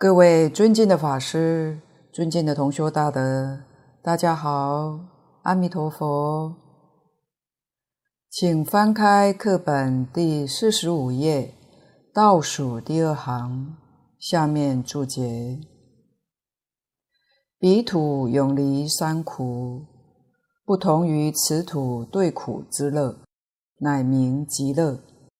各位尊敬的法师，尊敬的同修大德，大家好，阿弥陀佛。请翻开课本第45页，倒数第2行，下面注解：彼土永离三苦，不同于此土对苦之乐，乃名极乐。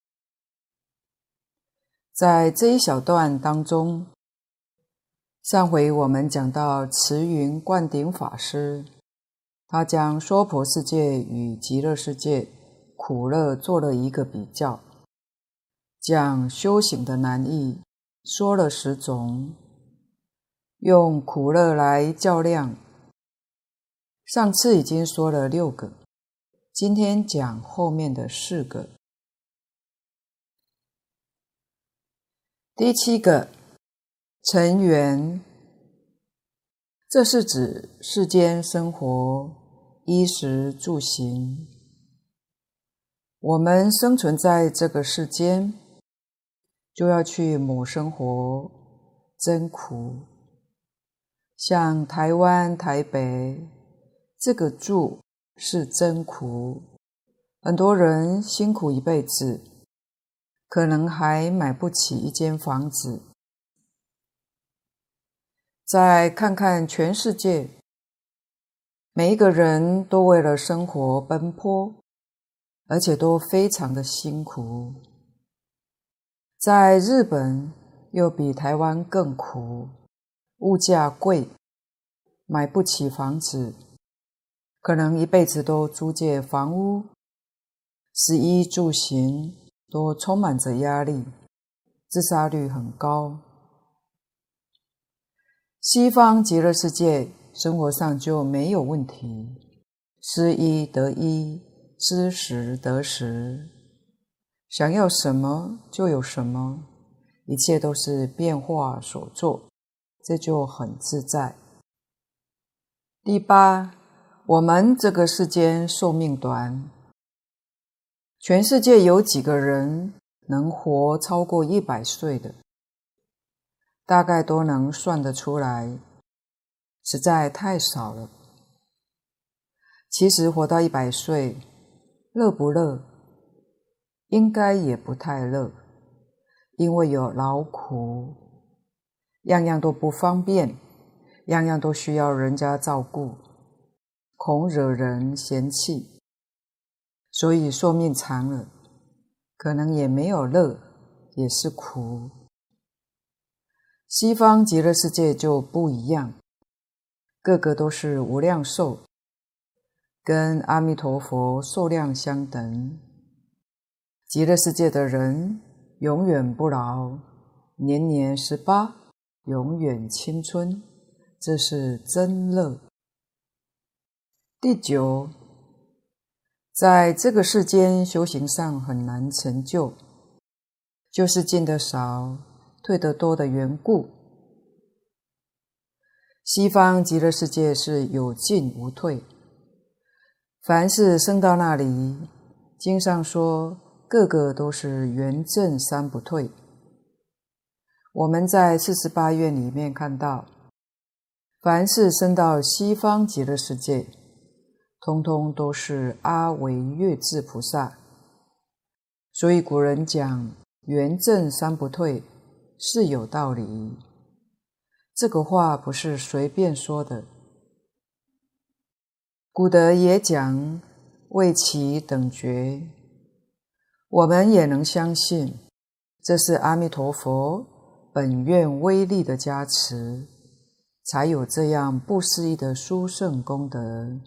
在这一小段当中，上回我们讲到慈云灌顶法师，他将娑婆世界与极乐世界苦乐做了一个比较，讲修行的难易，说了10种，用苦乐来较量。上次已经说了6个，今天讲后面的4个。第7个，尘缘，这是指世间生活，衣食住行。我们生存在这个世间，就要去谋生活，真苦。像台湾、台北，这个住是真苦，很多人辛苦一辈子，可能还买不起一间房子。再看看全世界，每一个人都为了生活奔波，而且都非常的辛苦。在日本又比台湾更苦，物价贵，买不起房子，可能一辈子都租借房屋，食衣住行都充满着压力，自杀率很高。西方极乐世界生活上就没有问题，失一得一，失时得时，想要什么就有什么，一切都是变化所作，这就很自在。第8，我们这个世间寿命短，全世界有几个人能活超过100岁的？大概都能算得出来，实在太少了。其实活到100岁，乐不乐？应该也不太乐，因为有劳苦，样样都不方便，样样都需要人家照顾，恐惹人嫌弃，所以寿命长了，可能也没有乐，也是苦。西方极乐世界就不一样，个个都是无量寿，跟阿弥陀佛寿量相等。极乐世界的人永远不老，年年18，永远青春，这是真乐。第9，在这个世间修行上很难成就，就是进得少，退得多的缘故。西方极乐世界是有进无退，凡是升到那里，经上说个个都是圆正三不退。我们在48愿里面看到，凡是升到西方极乐世界，通通都是阿惟越致菩萨。所以古人讲圆正三不退是有道理，这个话不是随便说的。古德也讲为其等觉，我们也能相信，这是阿弥陀佛本愿威力的加持，才有这样不思议的殊胜功德。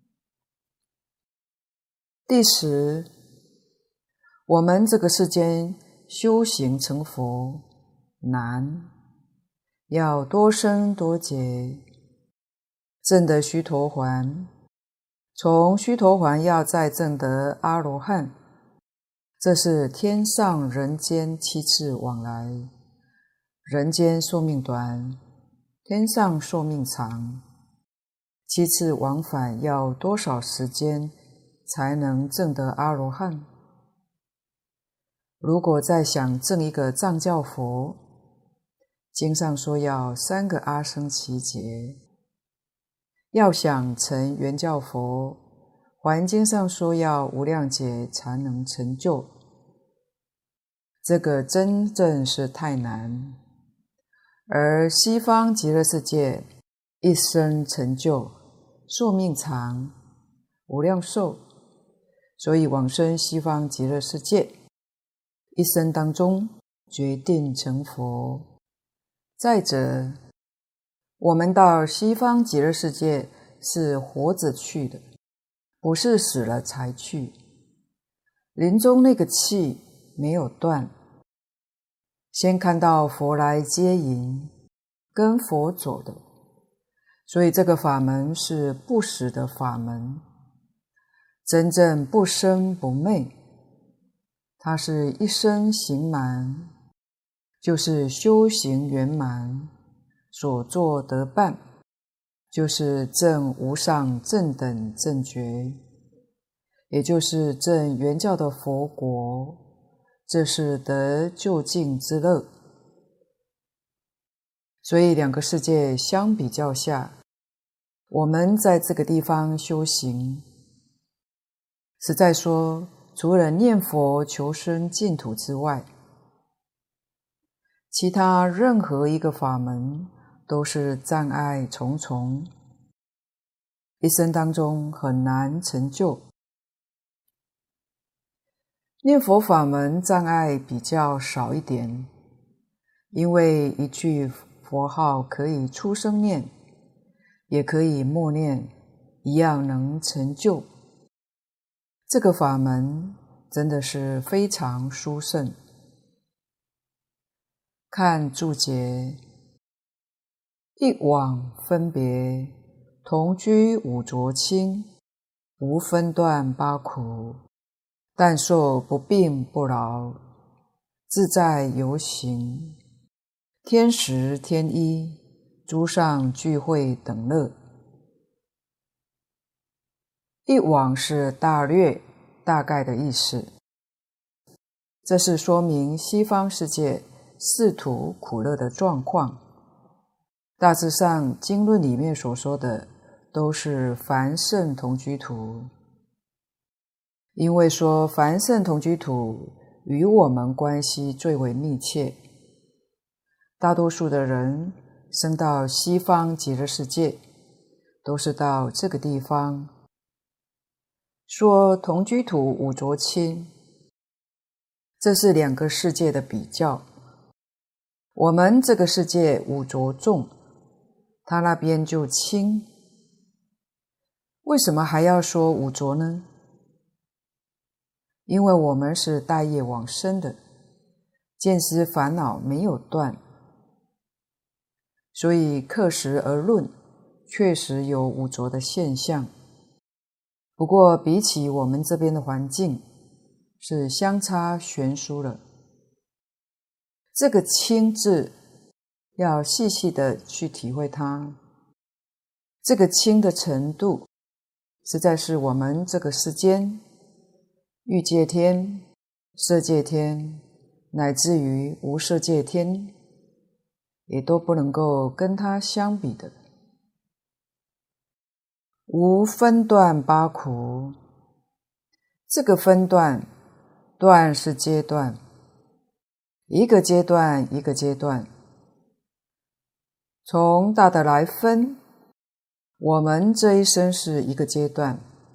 第10，我们这个世间修行成佛难，要多生多劫，证得须陀洹，从须陀洹要再证得阿罗汉，这是天上人间7次往来，人间寿命短，天上寿命长，7次往返要多少时间才能证得阿罗汉？如果再想证一个藏教佛， 经上说要3个阿僧祇劫，要想成圆教佛，还经上说要无量劫才能成就，这个真正是太难。而西方极乐世界一生成就，寿命长，无量寿，所以往生西方极乐世界，一生当中决定成佛。再者，我们到西方极乐世界是活着去的，不是死了才去。临终那个气没有断，先看到佛来接引，跟佛走的，所以这个法门是不死的法门，真正不生不灭，它是一生行满，就是修行圆满，所作得办，就是证无上正等正觉，也就是证圆教的佛国，这是得究竟之乐。所以2个世界相比较下，我们在这个地方修行，实在说，除了念佛求生净土之外，其他任何一个法门都是障碍重重，一生当中很难成就。念佛法门障碍比较少一点，因为一句佛号可以出声念，也可以默念，一样能成就。这个法门真的是非常殊胜。看注解，一往分别，同居五浊轻，无分段八苦，但受不病不劳，自在游行，天时天依，诸上聚会等乐。一往是大略大概的意思，这是说明西方世界四土苦乐的状况。大致上经论里面所说的都是凡圣同居土，因为说凡圣同居土与我们关系最为密切，大多数的人生到西方极乐世界都是到这个地方。说同居土五浊轻，这是2个世界的比较。我们这个世界五浊重，他那边就轻。为什么还要说五浊呢？因为我们是带业往生的，见思烦恼没有断，所以客实而论，确实有五浊的现象。不过比起我们这边的环境，是相差悬殊了。这个轻字要细细的去体会它，这个轻的程度实在是我们这个世间欲界天、色界天乃至于无色界天也都不能够跟它相比的。无分段八苦，这个分段，段是阶段，一个阶段一个阶段，从大的来分，我们这一生是一个阶段，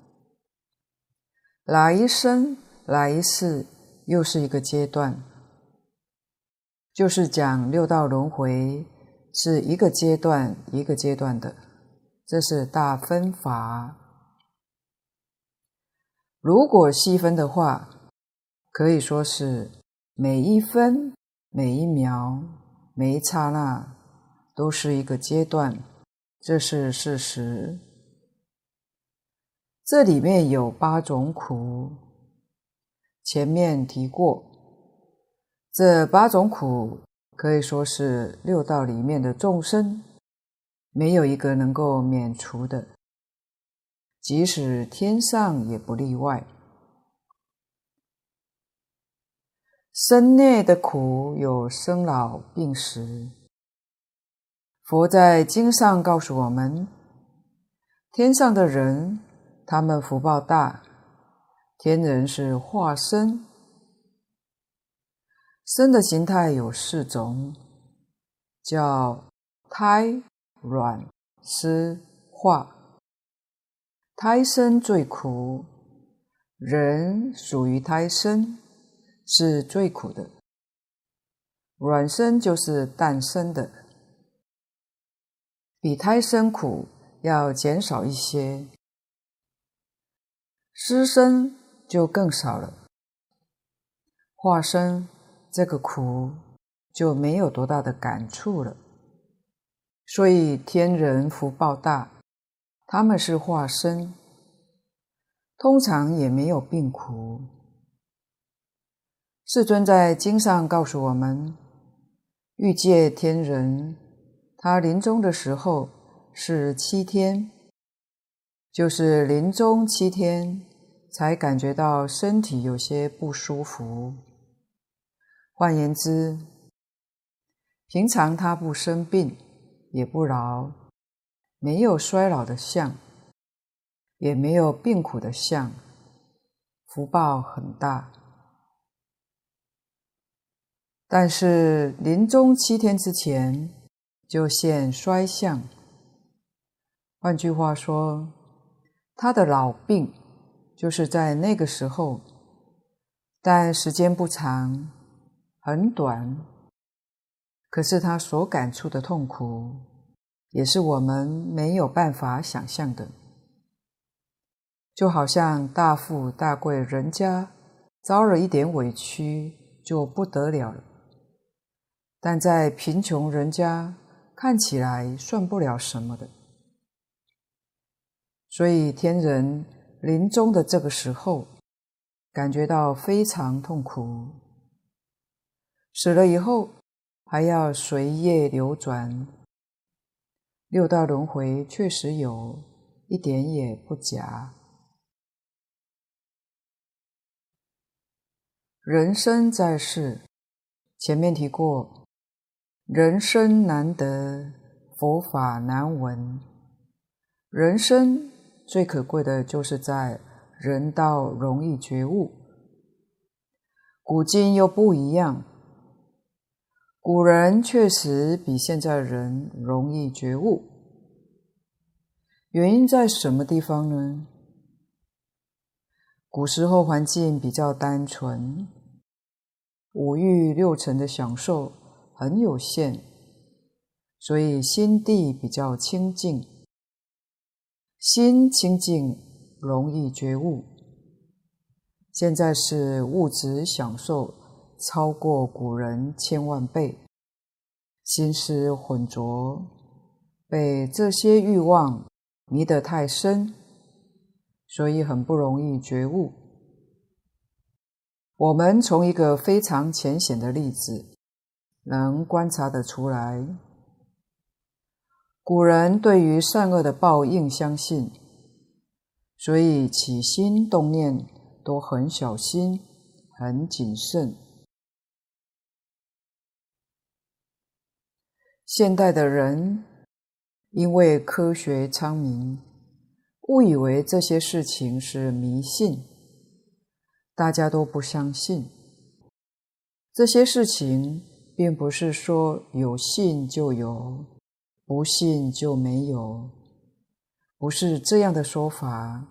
来一生来一世又是一个阶段，就是讲六道轮回是一个阶段一个阶段的，这是大分法。如果细分的话，可以说是每一分、每一秒、每一刹那都是一个阶段，这是事实。这里面有8种苦，前面提过，这8种苦可以说是六道里面的众生没有一个能够免除的，即使天上也不例外。身内的苦有生老病死， 佛在经上告诉我们，天上的人，他们福报大，天人是化身，身的形态有4种，叫胎、卵、湿、化。胎生最苦，人属于胎生，是最苦的。卵生就是诞生的，比胎生苦要减少一些。湿生就更少了。化生这个苦就没有多大的感触了。所以天人福报大，他们是化身，通常也没有病苦。世尊在经上告诉我们，欲界天人他临终的时候是7天，就是临终7天才感觉到身体有些不舒服。换言之，平常他不生病，也不老，没有衰老的相，也没有病苦的相，福报很大。但是临终7天之前就现衰相，换句话说，他的老病就是在那个时候，但时间不长，很短，可是他所感触的痛苦也是我们没有办法想象的。就好像大富大贵人家遭了一点委屈就不得了了，但在贫穷人家看起来算不了什么的。所以天人临终的这个时候感觉到非常痛苦，死了以后还要随业流转，6道轮回确实有，一点也不假。人生在世，前面提过，人生难得，佛法难闻。人生最可贵的就是在人道容易觉悟。古今又不一样，古人确实比现在人容易觉悟。原因在什么地方呢？古时候环境比较单纯，5欲6尘的享受很有限，所以心地比较清净。心清净容易觉悟。现在是物质享受超过古人1000万倍，心思混浊，被这些欲望迷得太深，所以很不容易觉悟。我们从一个非常浅显的例子能观察得出来，古人对于善恶的报应相信，所以起心动念都很小心，很谨慎。现代的人因为科学昌明，误以为这些事情是迷信，大家都不相信。这些事情并不是说有信就有，不信就没有，不是这样的说法。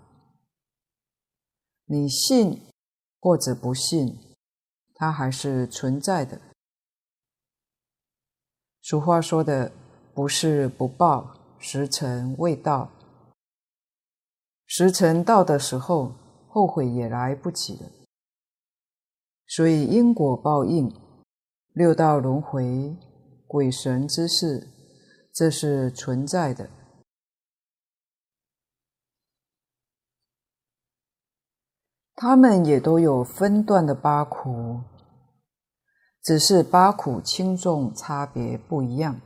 你信或者不信，它还是存在的。俗话说的不是不报，时辰未到。时辰到的时候，后悔也来不及了。所以因果报应、6道轮回、鬼神之事，这是存在的。他们也都有分段的八苦，只是八苦轻重差别不一样。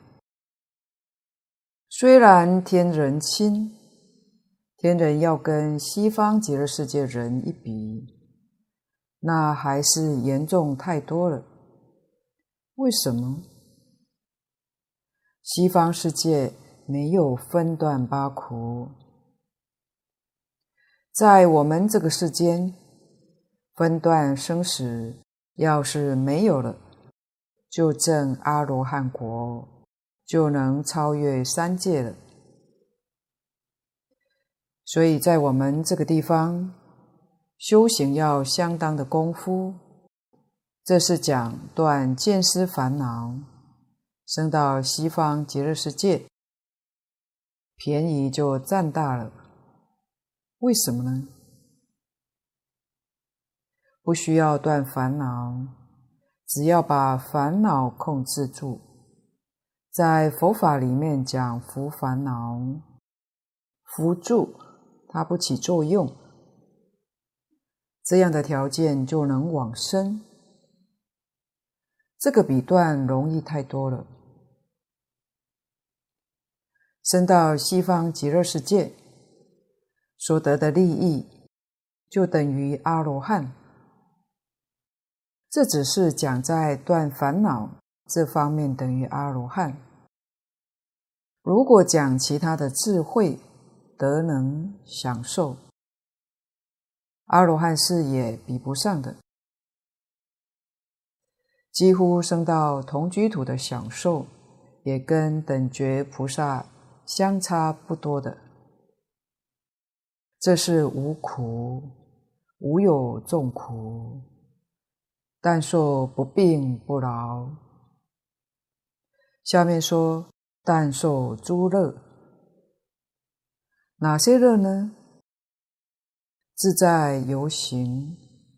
虽然天人轻，天人要跟西方极乐世界人一比，那还是严重太多了。为什么？ 西方世界没有分段八苦，在我们这个世间，分段生死要是没有了，就证阿罗汉国，就能超越三界了。所以在我们这个地方修行要相当的功夫，这是讲断见思烦恼，升到西方极乐世界，便宜就占大了。为什么呢？不需要断烦恼，只要把烦恼控制住。在佛法里面讲伏烦恼，伏住它不起作用，这样的条件就能往生。这个比断容易太多了。升到西方极乐世界所得的利益就等于阿罗汉，这只是讲在断烦恼这方面等于阿罗汉。如果讲其他的智慧德能享受，阿罗汉是也比不上的，几乎升到同居土的享受也跟等觉菩萨相差不多的。这是无苦，无有众苦，但受不病不劳。下面说但受诸乐，哪些乐呢？自在游行。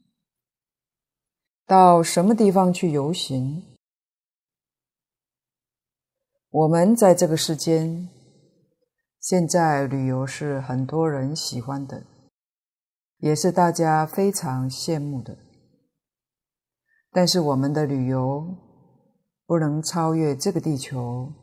到什么地方去游行？我们在这个世间，现在旅游是很多人喜欢的，也是大家非常羡慕的。但是我们的旅游不能超越这个地球。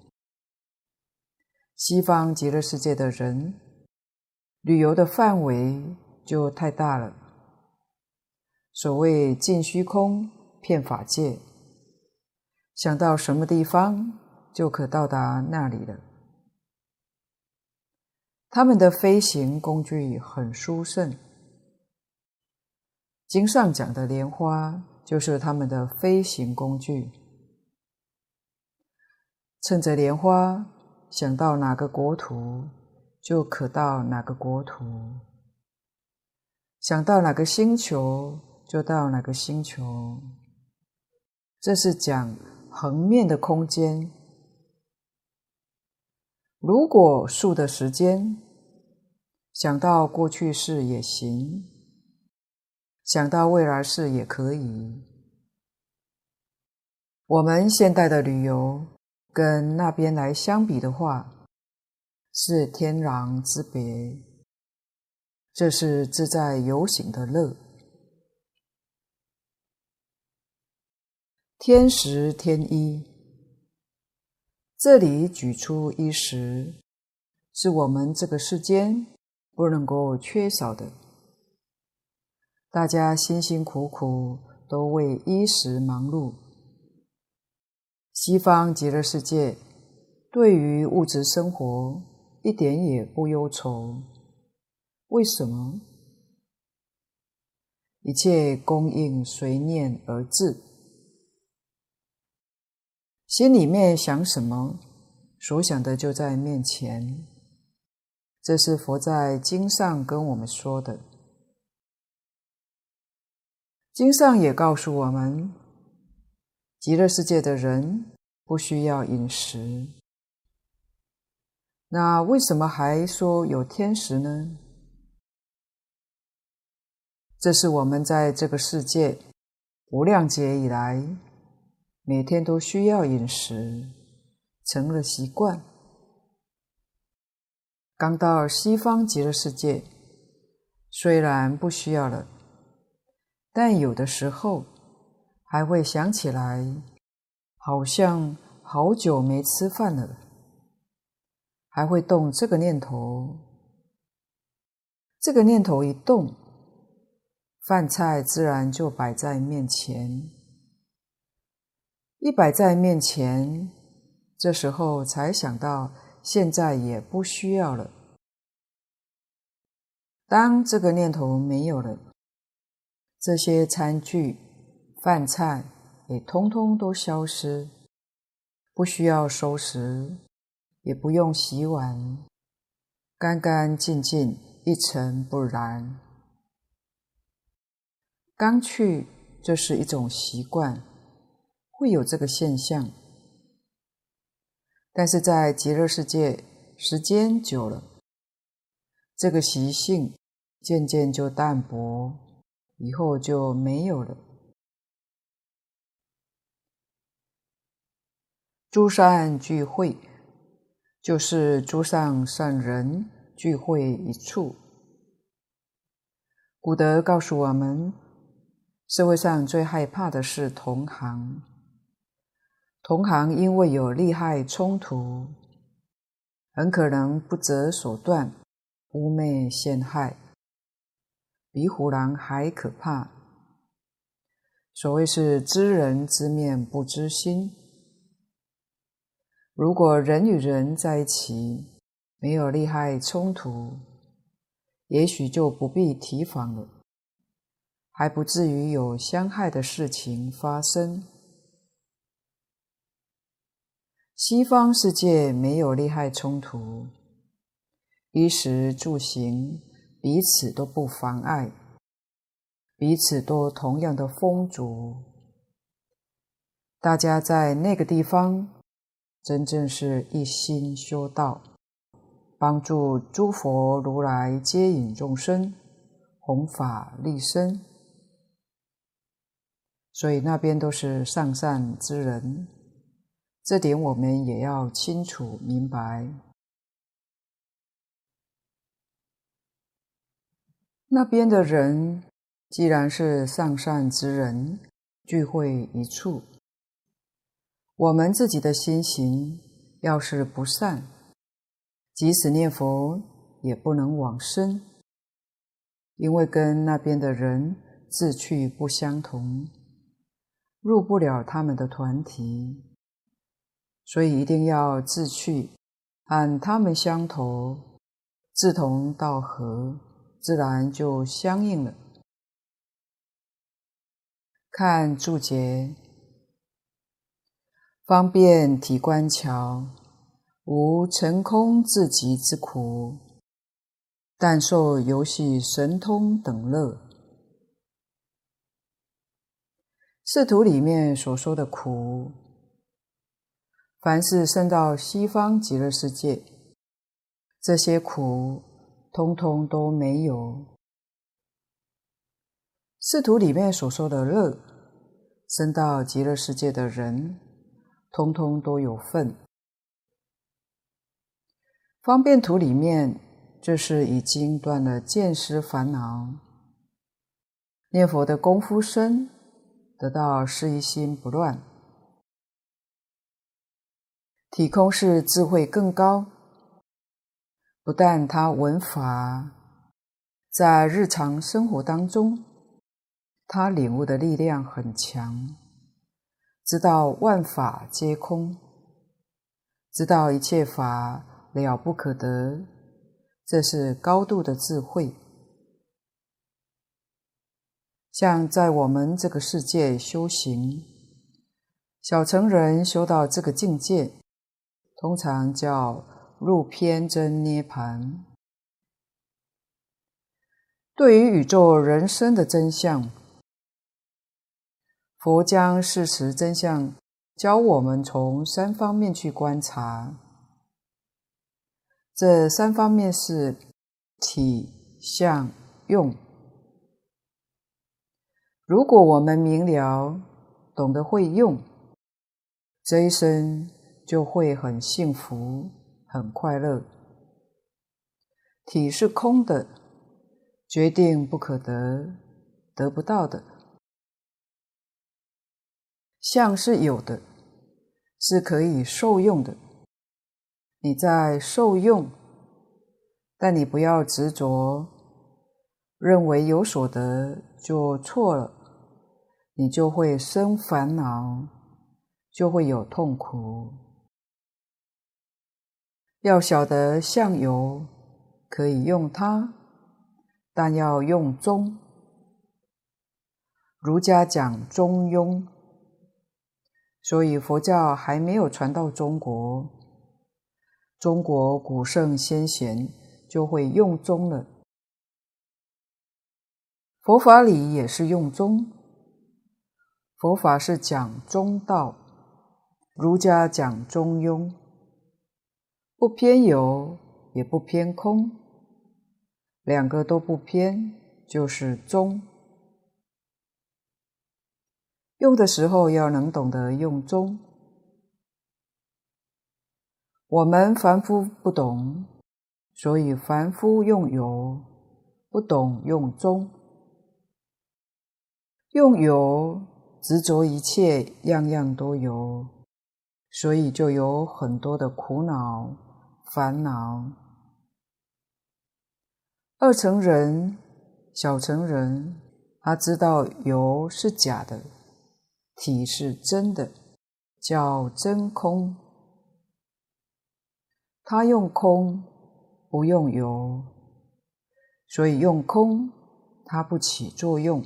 西方极乐世界的人旅游的范围就太大了。所谓尽虚空遍法界，想到什么地方就可到达那里了。他们的飞行工具很殊胜，经上讲的莲花就是他们的飞行工具。趁着莲花想到哪个国土就可到哪个国土，想到哪个星球就到哪个星球。这是讲横面的空间。如果数的时间，想到过去式也行，想到未来式也可以。我们现代的旅游跟那边来相比的话，是天壤之别。这是自在游行的乐。天时天一，这里举出一时，是我们这个世间不能够缺少的。大家辛辛苦苦都为衣食忙碌。西方极乐世界对于物质生活一点也不忧愁。为什么？一切供应随念而至，心里面想什么，所想的就在面前。这是佛在经上跟我们说的。经上也告诉我们，极乐世界的人不需要饮食。那为什么还说有天时呢？这是我们在这个世界无量劫以来，每天都需要饮食，成了习惯。刚到西方极乐世界，虽然不需要了，但有的时候还会想起来，好像好久没吃饭了，还会动这个念头。这个念头一动，饭菜自然就摆在面前。一摆在面前， 这时候才想到现在也不需要了。当这个念头没有了，这些餐具、饭菜也通通都消失，不需要收拾，也不用洗碗，干干净净，一尘不染。刚去就是一种习惯，会有这个现象。但是在极乐世界，时间久了，这个习性渐渐就淡薄，以后就没有了。诸善聚会，就是诸上善人聚会一处。古德告诉我们，社会上最害怕的是同行。同行因为有利害冲突，很可能不择手段，污蔑陷害，比虎狼还可怕。所谓是知人知面不知心。如果人与人在一起，没有利害冲突，也许就不必提防了，还不至于有相害的事情发生。西方世界没有利害冲突，衣食住行彼此都不妨碍，彼此都同样的丰足。大家在那个地方真正是一心修道，帮助诸佛如来接引众生，弘法利生。所以那边都是上善之人，这点我们也要清楚明白。那边的人既然是上善之人，聚会一处，我们自己的心行要是不善，即使念佛也不能往生，因为跟那边的人志趣不相同，入不了他们的团体，所以一定要志趣和他们相投，志同道合，自然就相应了。看注解，方便体观巧，无成空自极之苦，但受游戏神通等乐。释图里面所说的苦，凡是生到西方极乐世界，这些苦通通都没有。释图里面所说的乐，生到极乐世界的人通通都有份。方便图里面，这是已经断了见思烦恼，念佛的功夫深，得到是一心不乱。体空是智慧更高，不但他闻法，在日常生活当中，他领悟的力量很强，知道万法皆空，知道一切法了不可得，这是高度的智慧。像在我们这个世界修行，小乘人修到这个境界，通常叫入偏真涅盘。对于宇宙人生的真相，佛将事实真相教我们从3方面去观察。这3方面是体、相、用。如果我们明了，懂得会用，这一生就会很幸福，很快乐。体是空的，决定不可得，得不到的。相是有的，是可以受用的。你在受用，但你不要执着，认为有所得就错了，你就会生烦恼，就会有痛苦。 要晓得相由可以用它，但要用中。儒家讲中庸，所以佛教还没有传到中国，中国古圣先贤就会用中了。佛法里也是用中，佛法是讲中道，儒家讲中庸，不偏有也不偏空，两个都不偏，就是中。用的时候要能懂得用中。我们凡夫不懂，所以凡夫用有，不懂用中。用有执着一切，样样都有，所以就有很多的苦恼、烦恼。二乘人、小乘人，他知道有是假的，体是真的，叫真空。他用空，不用有，所以用空，它不起作用。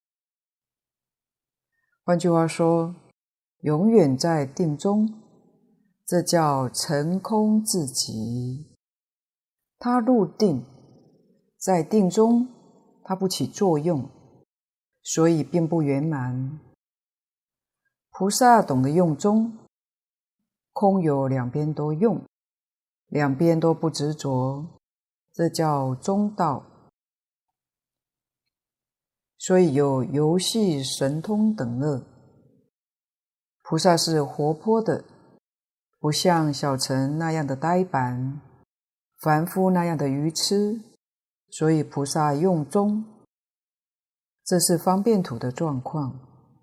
换句话说，永远在定中，这叫成空至极。他入定，在定中，它不起作用，所以并不圆满。菩萨懂得用中，空有两边都用，两边都不执着，这叫中道。所以有游戏、神通等乐。菩萨是活泼的，不像小乘那样的呆板，凡夫那样的愚痴，所以菩萨用中，这是方便土的状况。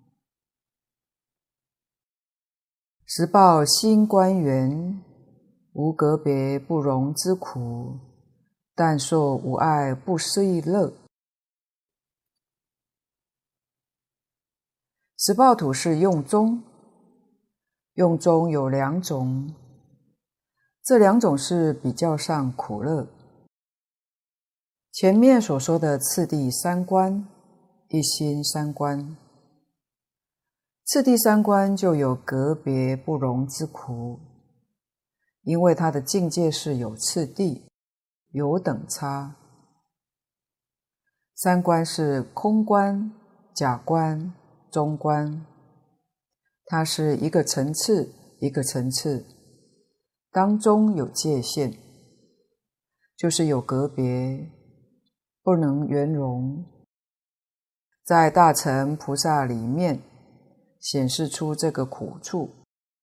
实报心观缘，无隔别不容之苦，但受无碍不思议乐。实报土是用中，用中有两种，这两种是比较上苦乐。前面所说的次第三观，一心三观，次第三观就有隔别不容之苦，因为它的境界是有次第，有等差。三观是空观、假观、中观，它是一个层次一个层次，当中有界限，就是有隔别，不能圆融。在大乘菩萨里面显示出这个苦处。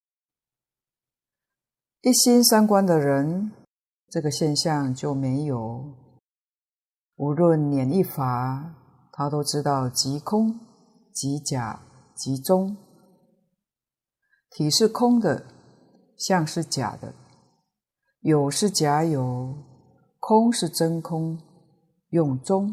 一心三观的人，这个现象就没有。无论念一法，他都知道即空、即假、即中。体是空的，相是假的，有是假有，空是真空，用中。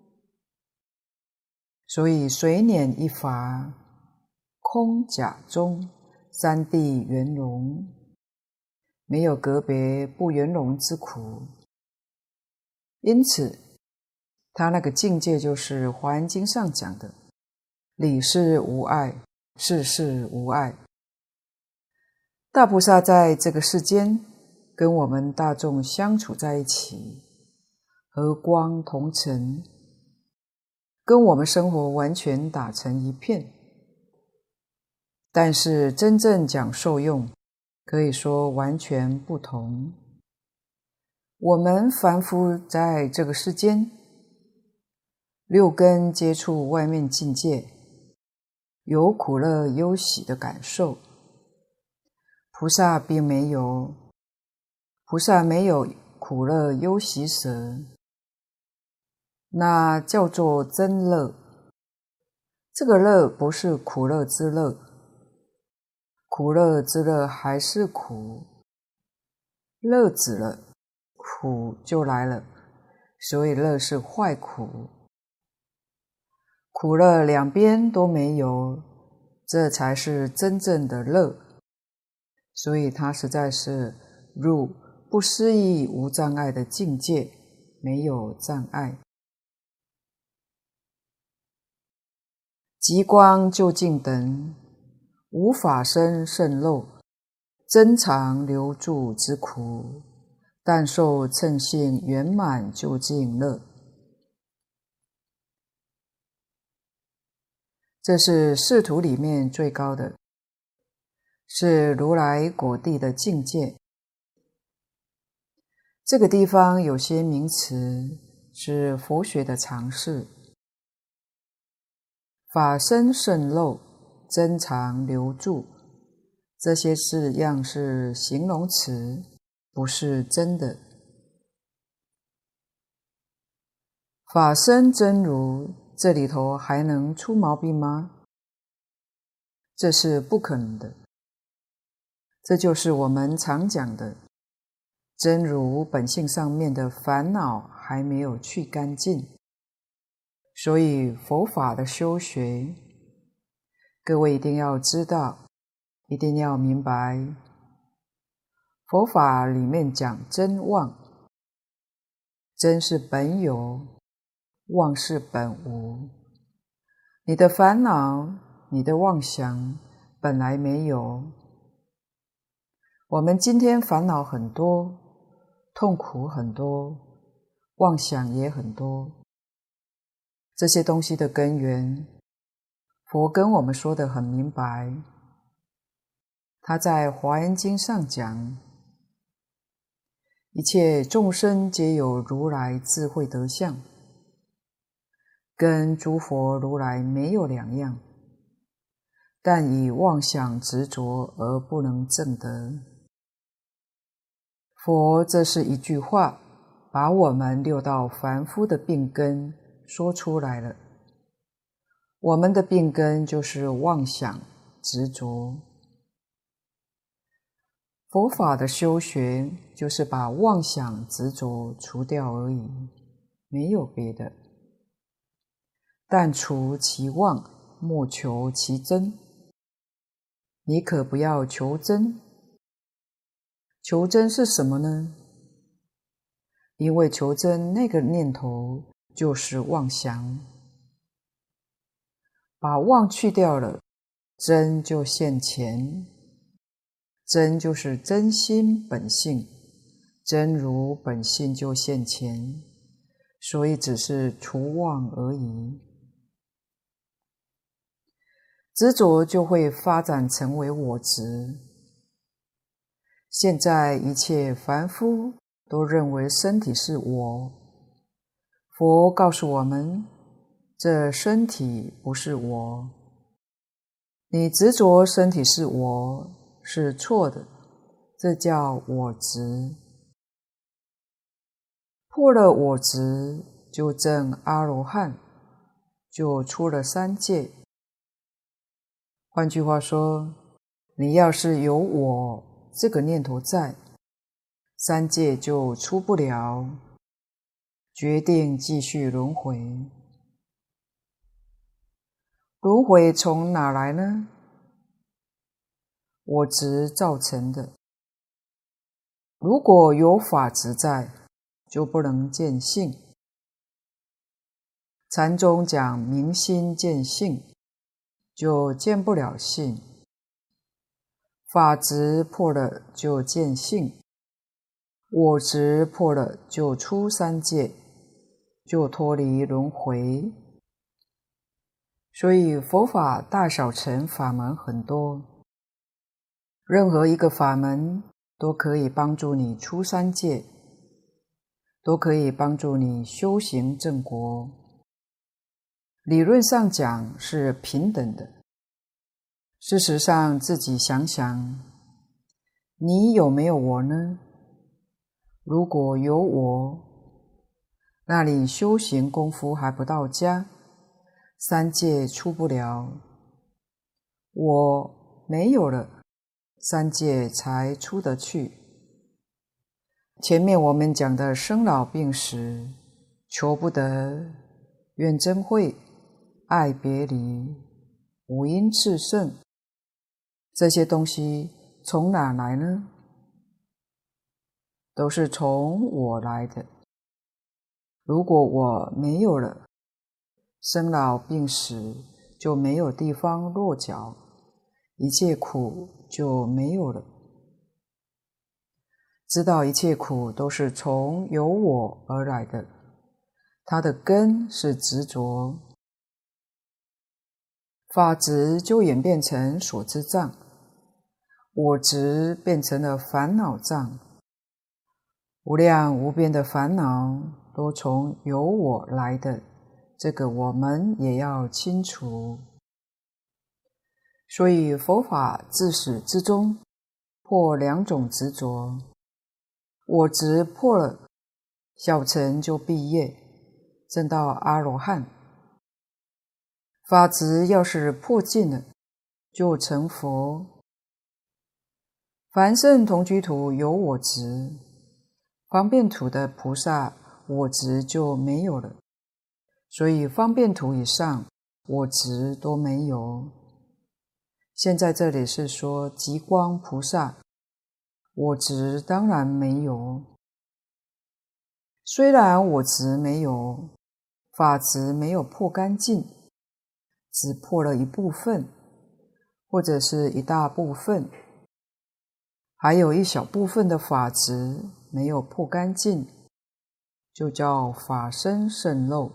所以随念一法，空假中三谛圆融，没有隔别不圆融之苦。因此他那个境界就是《华严经》上讲的理事无碍，事事无碍。大菩萨在这个世间跟我们大众相处在一起，和光同尘，跟我们生活完全打成一片。但是真正讲受用，可以说完全不同。我们凡夫在这个世间，六根接触外面境界，有苦乐忧喜的感受。菩萨并没有，菩萨没有苦乐忧喜舍，那叫做真乐。这个乐不是苦乐之乐，苦乐之乐还是苦，乐止了，苦就来了，所以乐是坏苦。苦乐两边都没有，这才是真正的乐。所以它实在是入不思议无障碍的境界，没有障碍。极光究竟等，无法生胜漏，珍藏留住之苦，但受称性圆满究竟乐。这是四土里面最高的，是如来果地的境界。这个地方有些名词是佛学的常识，法身胜漏，珍藏留住，这些字样是形容词，不是真的。法身真如，这里头还能出毛病吗？这是不可能的。这就是我们常讲的真如本性上面的烦恼还没有去干净。所以佛法的修学，各位一定要知道，一定要明白，佛法里面讲真妄，真是本有，妄是本无。你的烦恼，你的妄想本来没有。我们今天烦恼很多，痛苦很多，妄想也很多。这些东西的根源，佛跟我们说得很明白。他在《华严经》上讲，一切众生皆有如来智慧德相，跟诸佛如来没有两样，但以妄想执着而不能证得。佛这是一句话，把我们六道凡夫的病根说出来了。我们的病根就是妄想执着。佛法的修学就是把妄想执着除掉而已，没有别的。但除其妄，莫求其真。你可不要求真。求真是什么呢？因为求真那个念头就是妄想，把妄去掉了，真就现前。真就是真心本性，真如本性就现前，所以只是除妄而已。执着就会发展成为我执。现在一切凡夫都认为身体是我，佛告诉我们，这身体不是我。你执着身体是我是错的，这叫我执。破了我执，就证阿罗汉，就出了三界。换句话说，你要是有我这个念头在，三界就出不了，决定继续轮回。轮回从哪来呢？我执造成的。如果有法执在，就不能见性。禅宗讲明心见性，就见不了性。法执破了就见性，我执破了就出三界，就脱离轮回。所以佛法大小乘法门很多，任何一个法门都可以帮助你出三界，都可以帮助你修行正果。理论上讲是平等的，事实上自己想想，你有没有我呢？如果有我，那你修行功夫还不到家，三界出不了。我没有了，三界才出得去。前面我们讲的生老病死、求不得、怨憎会、爱别离、五阴炽盛，这些东西从哪来呢？ 都是从我来的。如果我没有了，生老病死就没有地方落脚，一切苦就没有了。知道一切苦都是从有我而来的，它的根是执着，法执就演变成所知障，我执变成了烦恼障，无量无边的烦恼都从有我来的，这个我们也要清楚。所以佛法自始至终破两种执着，我执破了，小乘就毕业，证到阿罗汉；法执要是破尽了，就成佛。凡圣同居土有我执，方便土的菩萨我执就没有了，所以方便土以上我执都没有。现在这里是说极光菩萨，我执当然没有。虽然我执没有，法执没有破干净，只破了一部分，或者是一大部分，还有一小部分的法执没有破干净，就叫法身渗漏。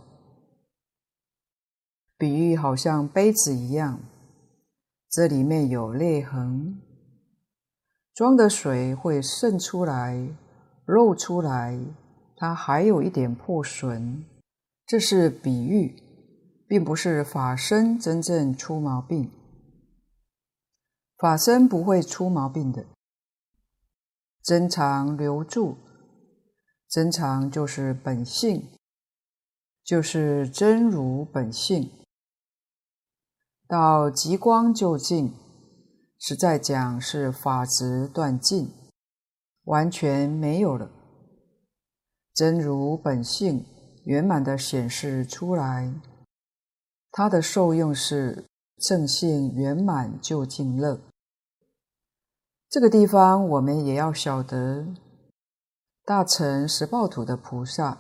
比喻好像杯子一样，这里面有裂痕，装的水会渗出来，漏出来，它还有一点破损，这是比喻，并不是法身真正出毛病。法身不会出毛病的，真常留住，真常就是本性，就是真如本性。到极光究竟，实在讲是法执断尽，完全没有了，真如本性圆满的显示出来，它的受用是正性圆满究竟乐。这个地方我们也要晓得，大乘十报土的菩萨，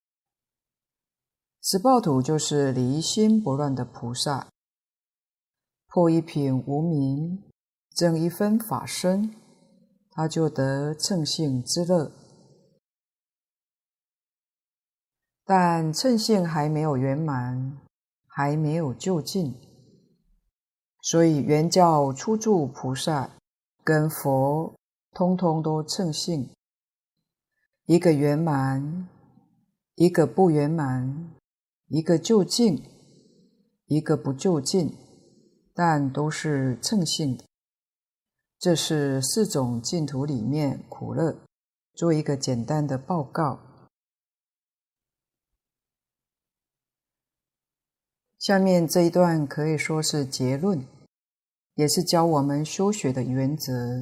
十报土就是离心不乱的菩萨，破一品无明，证一分法身，他就得乘性之乐。但乘性还没有圆满，还没有究竟，所以原教初住菩萨跟佛通通都乘性，一个圆满，一个不圆满，一个究竟，一个不究竟，但都是乘性的。这是四种净土里面苦乐，做一个简单的报告。下面这一段可以说是结论，也是教我们修学的原则。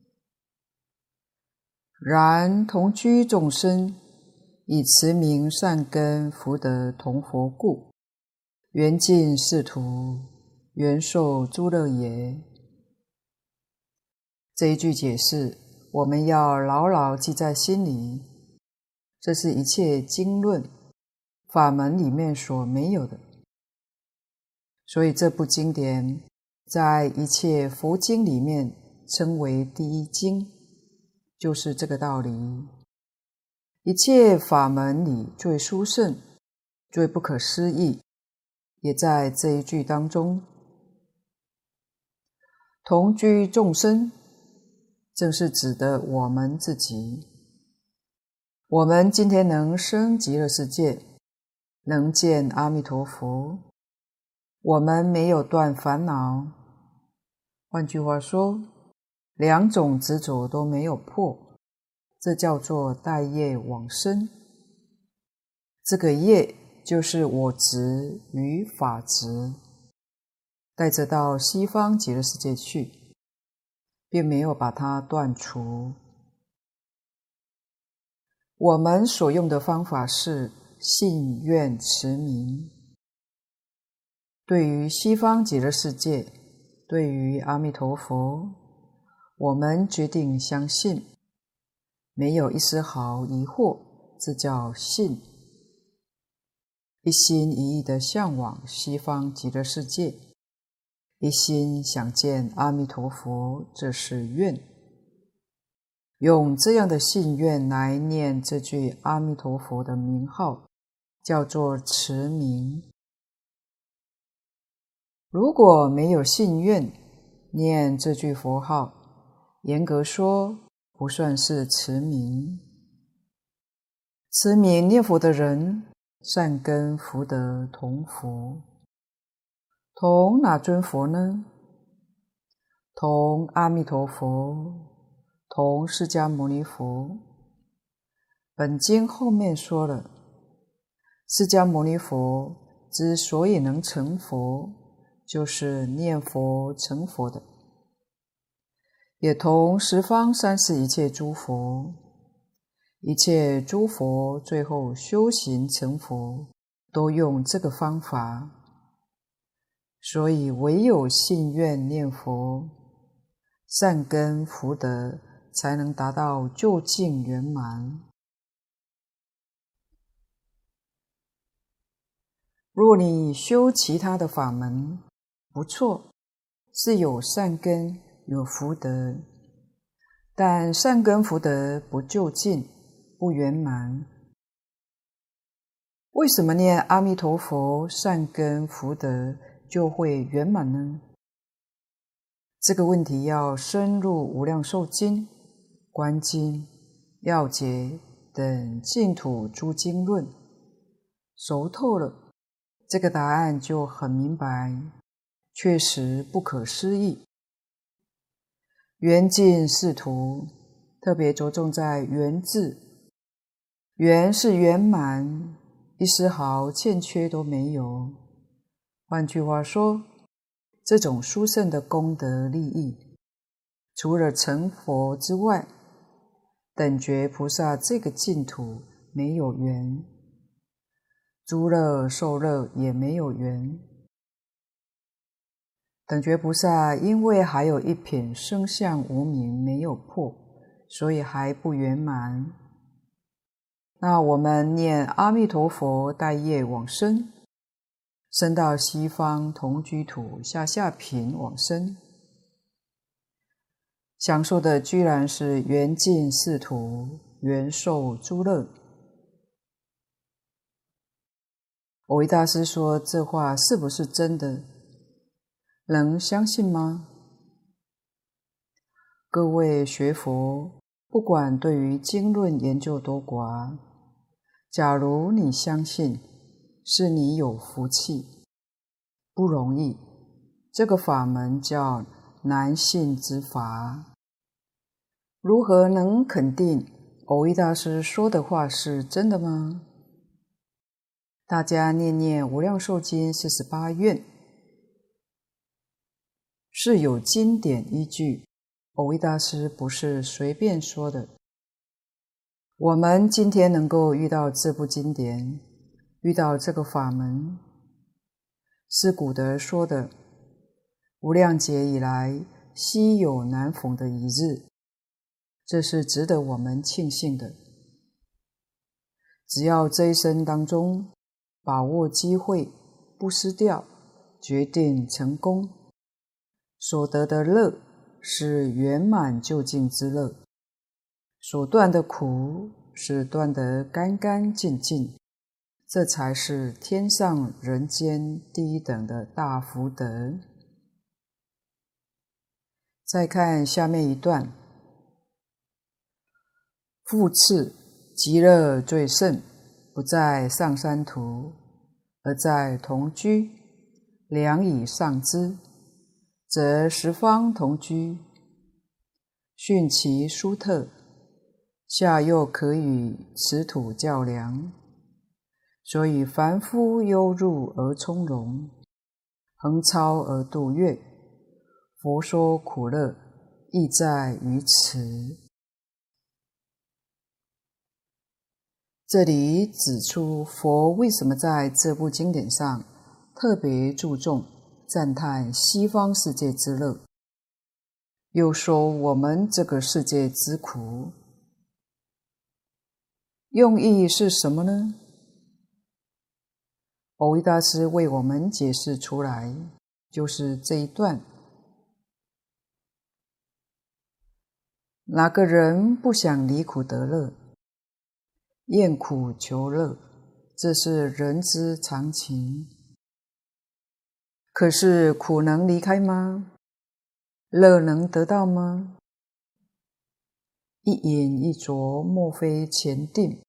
然同居众生，以持名善根福德同佛故，缘尽是途，缘受诸乐也。这一句解释，我们要牢牢记在心里。这是一切经论法门里面所没有的，所以这部经典在一切佛经里面称为第一经，就是这个道理。一切法门里最殊胜、最不可思议，也在这一句当中。同居众生，正是指的我们自己。我们今天能生极乐世界，能见阿弥陀佛，我们没有断烦恼。换句话说，两种执着都没有破，这叫做带业往生。这个业就是我执与法执，带着到西方极乐世界去，并没有把它断除。我们所用的方法是信愿持名。对于西方极乐世界，对于阿弥陀佛，我们决定相信， 没有一丝毫疑惑，这叫信。一心一意地向往西方极乐世界，一心想见阿弥陀佛，这是愿。用这样的信愿来念这句阿弥陀佛的名号，叫做持名。如果没有信愿，念这句佛号，严格说不算是持名。持名念佛的人，善根福德同佛。同哪尊佛呢？同阿弥陀佛，同释迦牟尼佛。本经后面说了，释迦牟尼佛之所以能成佛，就是念佛成佛的。也同十方三世一切诸佛，一切诸佛最后修行成佛，都用这个方法。所以唯有信愿念佛，善根福德才能达到究竟圆满。若你修其他的法门，不错，是有善根有福德，但善根福德不究竟不圆满。为什么念阿弥陀佛善根福德就会圆满呢？这个问题要深入无量寿经、观经、要解等净土诸经论，熟透了，这个答案就很明白，确实不可思议。圆净四图特别着重在圆字，圆是圆满，一丝毫欠缺都没有。换句话说，这种殊胜的功德利益，除了成佛之外，等觉菩萨这个净土没有缘，诸乐受乐也没有缘。等觉菩萨因为还有一品生相无明没有破，所以还不圆满。那我们念阿弥陀佛带业往生，生到西方同居土下品往生，享受的居然是圆净四土，圆受诸乐。蕅益大师说这话是不是真的？能相信吗？各位学佛，不管对于经论研究多寡，假如你相信，是你有福气，不容易。这个法门叫难信之法。如何能肯定蕅益大师说的话是真的吗？大家念念无量寿经48愿，是有经典依据，蕅益大师不是随便说的。我们今天能够遇到这部经典，遇到这个法门，是古德说的无量劫以来稀有难逢的一日，这是值得我们庆幸的。只要这一生当中把握机会，不失掉，决定成功，所得的乐是圆满究竟之乐，所断的苦是断得干干净净，这才是天上人间第一等的大福德。再看下面一段，复次，极乐最胜，不在上三途，而在同居，良以上之，则十方同居，训其殊特，下又可与此土较量。所以凡夫悠入而从容，横超而度越，佛说苦乐，意在于此。这里指出佛为什么在这部经典上特别注重赞叹西方世界之乐，又说我们这个世界之苦。 用意是什么呢？蕅益大师为我们解释出来，就是这一段。哪个人不想离苦得乐，厌苦求乐，这是人之常情。可是苦能离开吗？乐能得到吗？一饮一啄，莫非前定。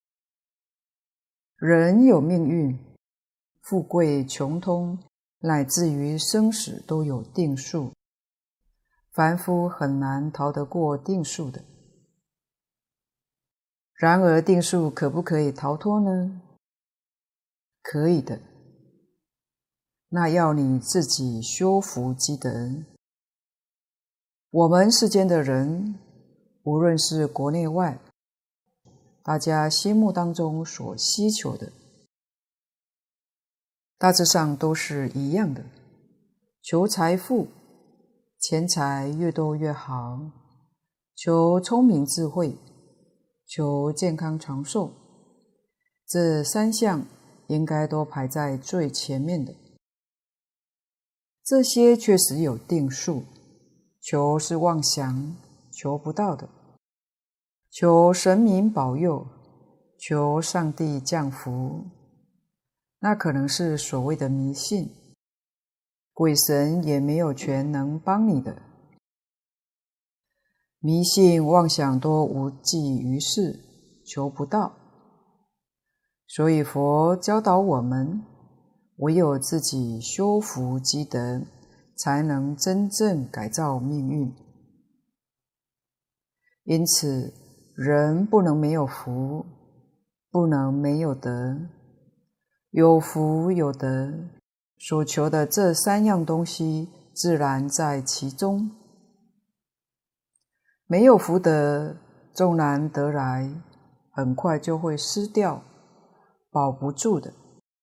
人有命运，富贵穷通，乃至于生死都有定数，凡夫很难逃得过定数的。然而定数可不可以逃脱呢？可以的，那要你自己修福积德。我们世间的人，无论是国内外，大家心目当中所希求的，大致上都是一样的，求财富，钱财越多越好，求聪明智慧，求健康长寿，这三项应该都排在最前面的。这些确实有定数，求是妄想，求不到的；求神明保佑，求上帝降福，那可能是所谓的迷信，鬼神也没有权能帮你的。迷信妄想多无济于事，求不到。所以佛教导我们，唯有自己修福积德，才能真正改造命运。因此，人不能没有福，不能没有德。有福有德，所求的这三样东西自然在其中。没有福德，纵然得来，很快就会失掉，保不住的。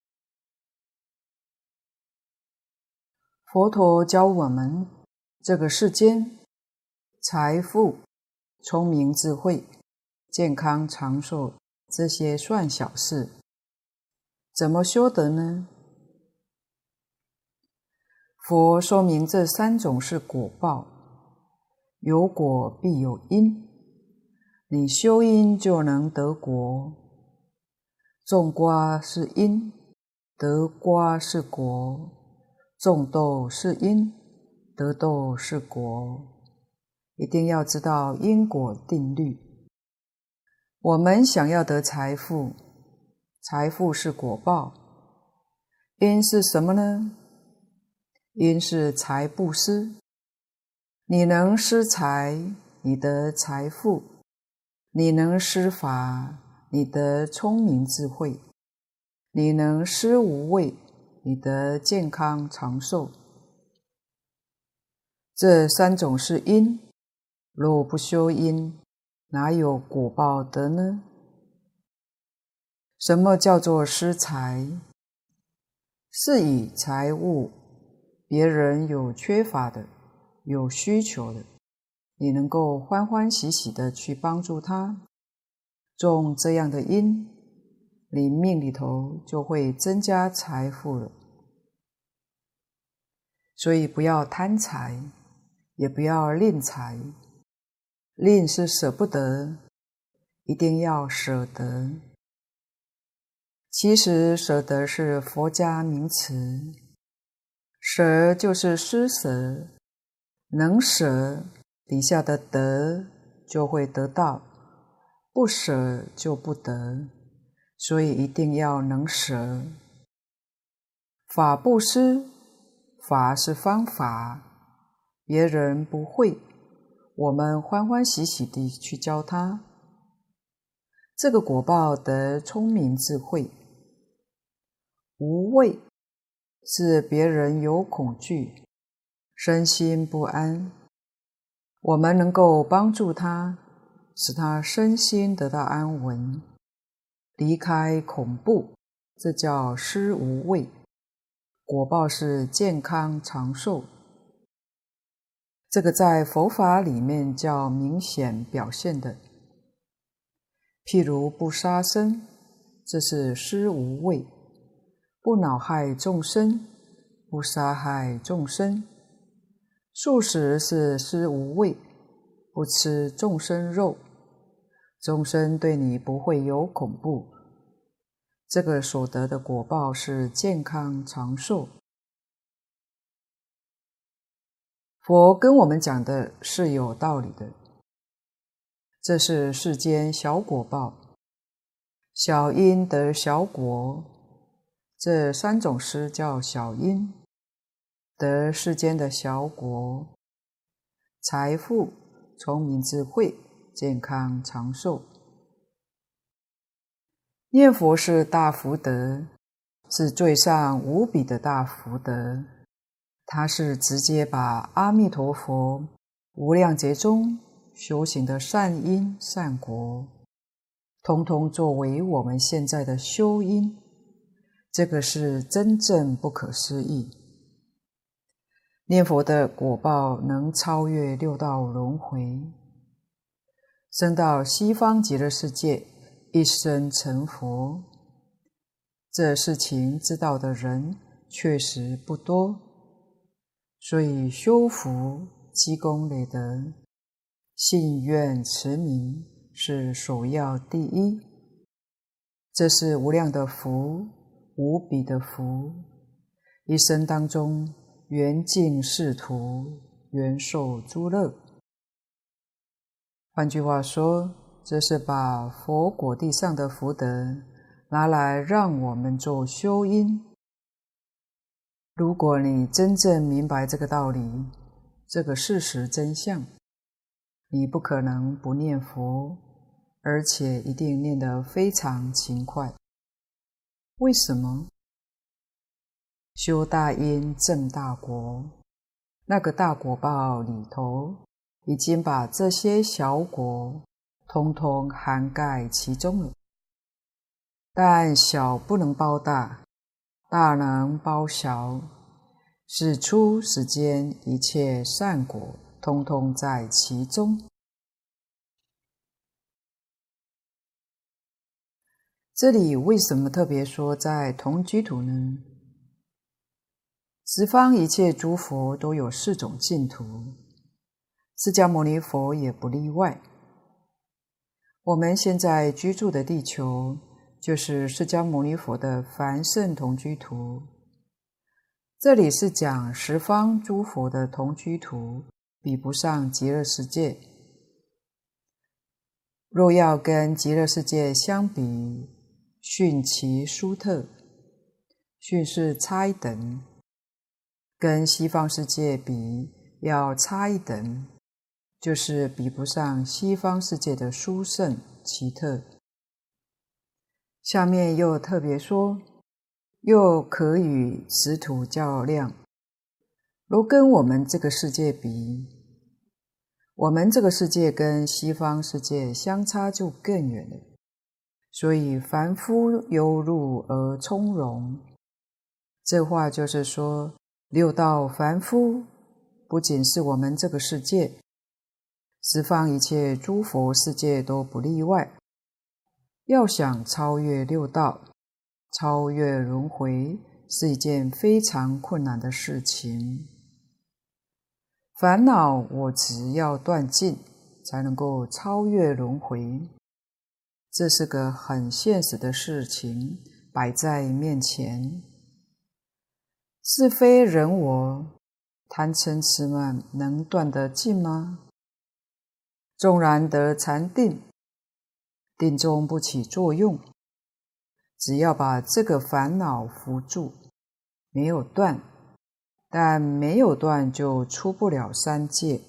佛陀教我们，这个世间，财富、聪明智慧、健康长寿，这些算小事。怎么修得呢？佛说明这三种是果报，有果必有因，你修因就能得果。种瓜是因，得瓜是果；种豆是因，得豆是果。一定要知道因果定律。我们想要得财富，财富是果报，因是什么呢？因是财布施。你能施财，你得财富；你能施法，你得聪明智慧；你能施无畏，你得健康长寿。这三种是因，若不修因，哪有果报得呢？什么叫做施财？是以财物别人有缺乏的，有需求的，你能够欢欢喜喜的去帮助他，种这样的因，你命里头就会增加财富了。所以不要贪财，也不要吝财。吝是舍不得，一定要舍得。其实舍得是佛家名词，舍就是施舍，能舍底下的得就会得到，不舍就不得，所以一定要能舍。法布施，法是方法，别人不会，我们欢欢喜喜地去教他。这个果报得聪明智慧。无畏是别人有恐惧，身心不安，我们能够帮助他，使他身心得到安稳，离开恐怖，这叫施无畏。果报是健康长寿，这个在佛法里面叫明显表现的。 譬如不杀生，这是施无畏；不恼害众生，不杀害众生；素食是施无畏，不吃众生肉，众生对你不会有恐怖。这个所得的果报是健康长寿。佛跟我们讲的是有道理的，这是世间小果报，小因得小果，这三种施叫小因，得世间的小果，财富、聪明智慧、健康长寿。念佛是大福德，是最上无比的大福德。它是直接把阿弥陀佛无量劫中修行的善因善果，通通作为我们现在的修因，这个是真正不可思议。念佛的果报能超越六道轮回，升到西方极乐世界，一生成佛。这事情知道的人确实不多，所以修福、积功累德、信愿持名是首要第一。这是无量的福，无比的福，一生当中圆尽仕途，圆受诸乐。换句话说，这是把佛果地上的福德拿来让我们做修因。如果你真正明白这个道理，这个事实真相，你不可能不念佛，而且一定念得非常勤快。为什么？修大因正大果，那个大果报里头已经把这些小果通通涵盖其中了。但小不能包大，大能包小，使出世间一切善果通通在其中。这里为什么特别说在同居土呢？十方一切诸佛都有4种净土，释迦牟尼佛也不例外。我们现在居住的地球就是释迦牟尼佛的凡圣同居土。这里是讲十方诸佛的同居土，比不上极乐世界。若要跟极乐世界相比，逊其殊特，逊是差一等，跟西方世界比要差一等，就是比不上西方世界的殊胜奇特。下面又特别说，又可与此土较量。若跟我们这个世界比，我们这个世界跟西方世界相差就更远了。所以凡夫犹入而从容，这话就是说，六道凡夫不仅是我们这个世界，十方一切诸佛世界都不例外。要想超越六道，超越轮回，是一件非常困难的事情。烦恼我执要断尽，才能够超越轮回。这是个很现实的事情，摆在面前。是非人我、贪嗔痴慢能断得尽吗？纵然得禅定，定中不起作用，只要把这个烦恼扶住，没有断，但没有断就出不了三界。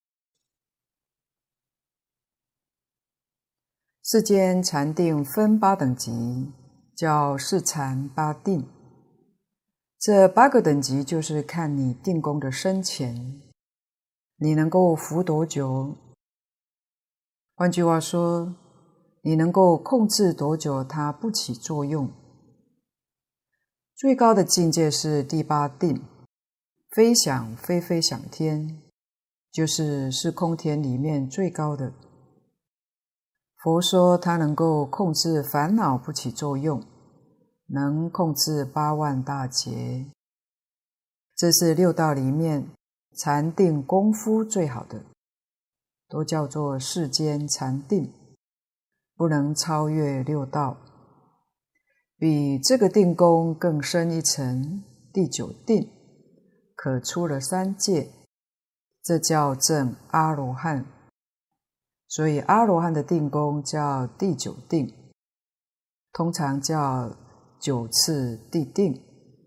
世间禅定分8等级，叫四禅八定。这8个等级就是看你定功的深浅，你能够伏多久。换句话说，你能够控制多久它不起作用。最高的境界是第8定，非想非非想天，就是是空天里面最高的。 佛说他能够控制烦恼不起作用，能控制8万大劫。这是6道里面禅定功夫最好的，都叫做世间禅定，不能超越6道。比这个定功更深一层，第9定，可出了3界，这叫证阿罗汉。所以阿罗汉的定功叫第9定，通常叫9次地定，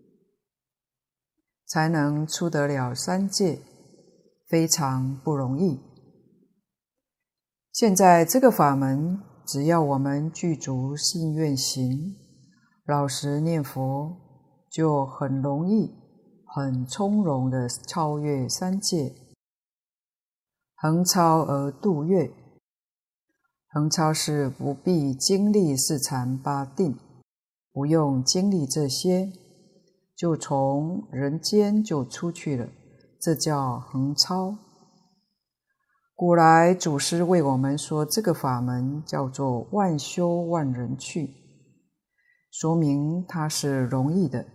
才能出得了3界，非常不容易。现在这个法门，只要我们具足信愿行，老实念佛，就很容易、很从容地超越3界，横超而度越。横超是不必经历4禅8定，不用经历这些，就从人间就出去了，这叫横超。古来祖师为我们说这个法门叫做万修万人去，说明它是容易的。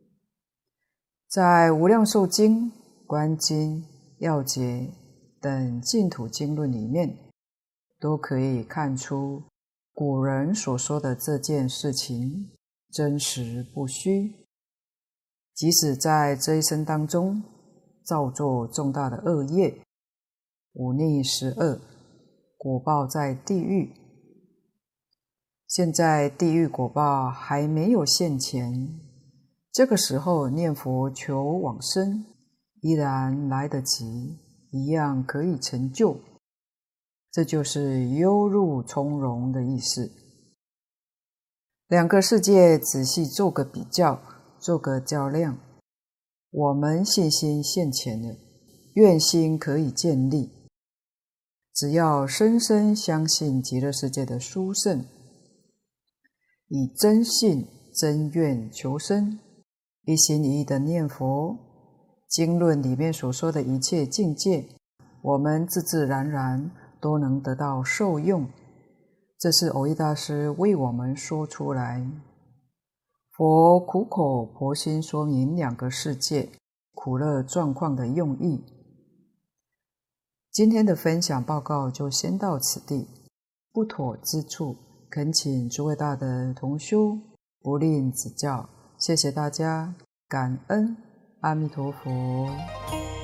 在无量寿经、观经、要解等净土经论里面，都可以看出古人所说的这件事情真实不虚。即使在这一生当中造作重大的恶业，忤逆十恶，果报在地狱。现在地狱果报还没有现前，这个时候念佛求往生，依然来得及，一样可以成就。这就是悠入从容的意思。2个世界仔细做个比较，做个较量，我们信心现前了，愿心可以建立。只要深深相信极乐世界的殊胜，以真信真愿求生，一心一意的念佛，经论里面所说的一切境界，我们自自然然都能得到受用。这是蕅益大师为我们说出来。佛苦口婆心说明2个世界苦乐状况的用意。今天的分享报告就先到此地，不妥之处，恳请诸位大德同修不吝指教。谢谢大家，感恩阿弥陀佛。